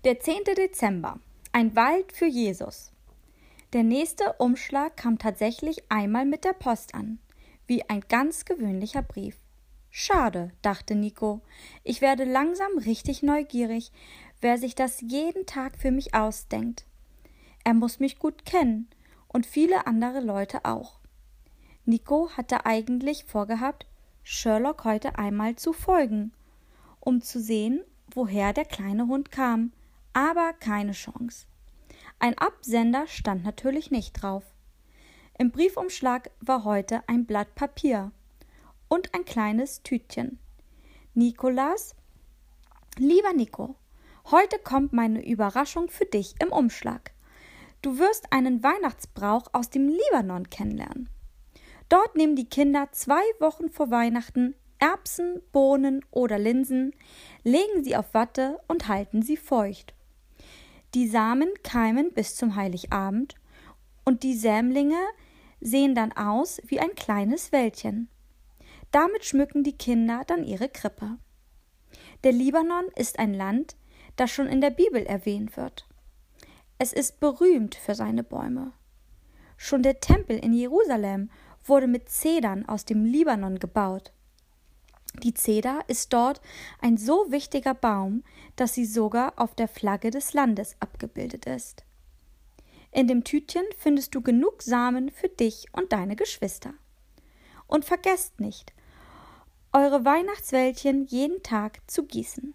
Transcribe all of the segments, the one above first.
Der 10. Dezember. Ein Wald für Jesus. Der nächste Umschlag kam tatsächlich einmal mit der Post an, wie ein ganz gewöhnlicher Brief. Schade, dachte Nico, ich werde langsam richtig neugierig, wer sich das jeden Tag für mich ausdenkt. Er muss mich gut kennen und viele andere Leute auch. Nico hatte eigentlich vorgehabt, Sherlock heute einmal zu folgen, um zu sehen, woher der kleine Hund kam, aber keine Chance. Ein Absender stand natürlich nicht drauf. Im Briefumschlag war heute ein Blatt Papier und ein kleines Tütchen. Nico las: Lieber Nico, heute kommt meine Überraschung für dich im Umschlag. Du wirst einen Weihnachtsbrauch aus dem Libanon kennenlernen. Dort nehmen die Kinder 2 Wochen vor Weihnachten Erbsen, Bohnen oder Linsen, legen sie auf Watte und halten sie feucht. Die Samen keimen bis zum Heiligabend und die Sämlinge sehen dann aus wie ein kleines Wäldchen. Damit schmücken die Kinder dann ihre Krippe. Der Libanon ist ein Land, das schon in der Bibel erwähnt wird. Es ist berühmt für seine Bäume. Schon der Tempel in Jerusalem wurde mit Zedern aus dem Libanon gebaut. Die Zeder ist dort ein so wichtiger Baum, dass sie sogar auf der Flagge des Landes abgebildet ist. In dem Tütchen findest du genug Samen für dich und deine Geschwister. Und vergesst nicht, eure Weihnachtswäldchen jeden Tag zu gießen.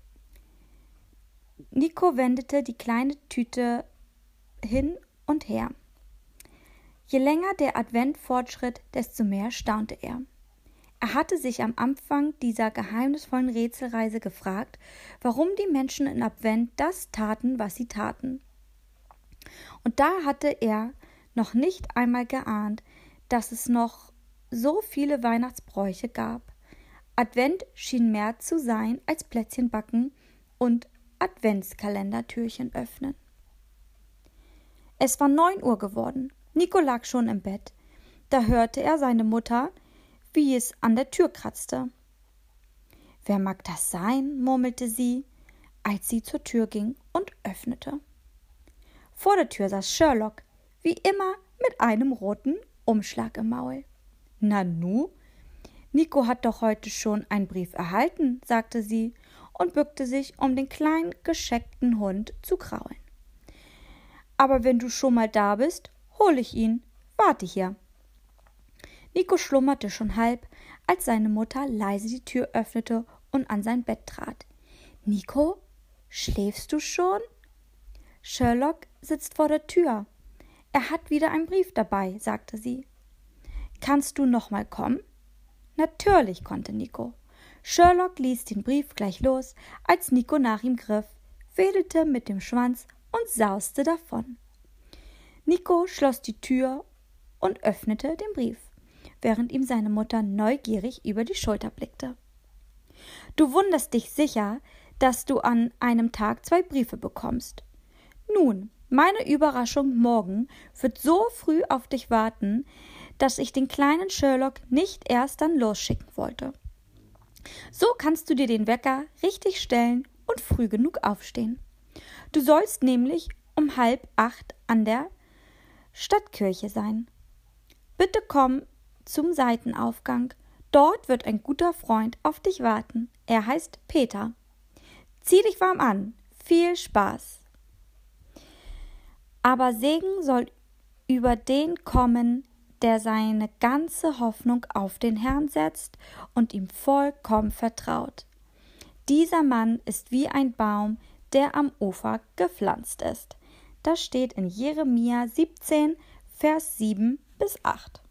Nico wendete die kleine Tüte hin und her. Je länger der Advent fortschritt, desto mehr staunte er. Er hatte sich am Anfang dieser geheimnisvollen Rätselreise gefragt, warum die Menschen in Advent das taten, was sie taten. Und da hatte er noch nicht einmal geahnt, dass es noch so viele Weihnachtsbräuche gab. Advent schien mehr zu sein als Plätzchen backen und Adventskalendertürchen öffnen. Es war 9 Uhr geworden. Nico lag schon im Bett. Da hörte er seine Mutter, wie es an der Tür kratzte. »Wer mag das sein?« murmelte sie, als sie zur Tür ging und öffnete. Vor der Tür saß Sherlock, wie immer mit einem roten Umschlag im Maul. »Nanu, Nico hat doch heute schon einen Brief erhalten«, sagte sie und bückte sich, um den kleinen, gescheckten Hund zu kraulen. »Aber wenn du schon mal da bist, hole ich ihn. Warte hier.« Nico schlummerte schon halb, als seine Mutter leise die Tür öffnete und an sein Bett trat. »Nico, schläfst du schon?« »Sherlock sitzt vor der Tür. Er hat wieder einen Brief dabei«, sagte sie. »Kannst du noch mal kommen?« Natürlich konnte Nico. Sherlock ließ den Brief gleich los, als Nico nach ihm griff, wedelte mit dem Schwanz und sauste davon. Nico schloss die Tür und öffnete den Brief, während ihm seine Mutter neugierig über die Schulter blickte. »Du wunderst dich sicher, dass du an einem Tag 2 Briefe bekommst. Nun, meine Überraschung morgen wird so früh auf dich warten, dass ich den kleinen Sherlock nicht erst dann losschicken wollte. So kannst du dir den Wecker richtig stellen und früh genug aufstehen. Du sollst nämlich um 7:30 an der Stadtkirche sein. Bitte komm zum Seitenaufgang. Dort wird ein guter Freund auf dich warten. Er heißt Peter. Zieh dich warm an. Viel Spaß. Aber Segen soll über den kommen, der seine ganze Hoffnung auf den Herrn setzt und ihm vollkommen vertraut. Dieser Mann ist wie ein Baum, der am Ufer gepflanzt ist.« Das steht in Jeremia 17, Vers 7 bis 8.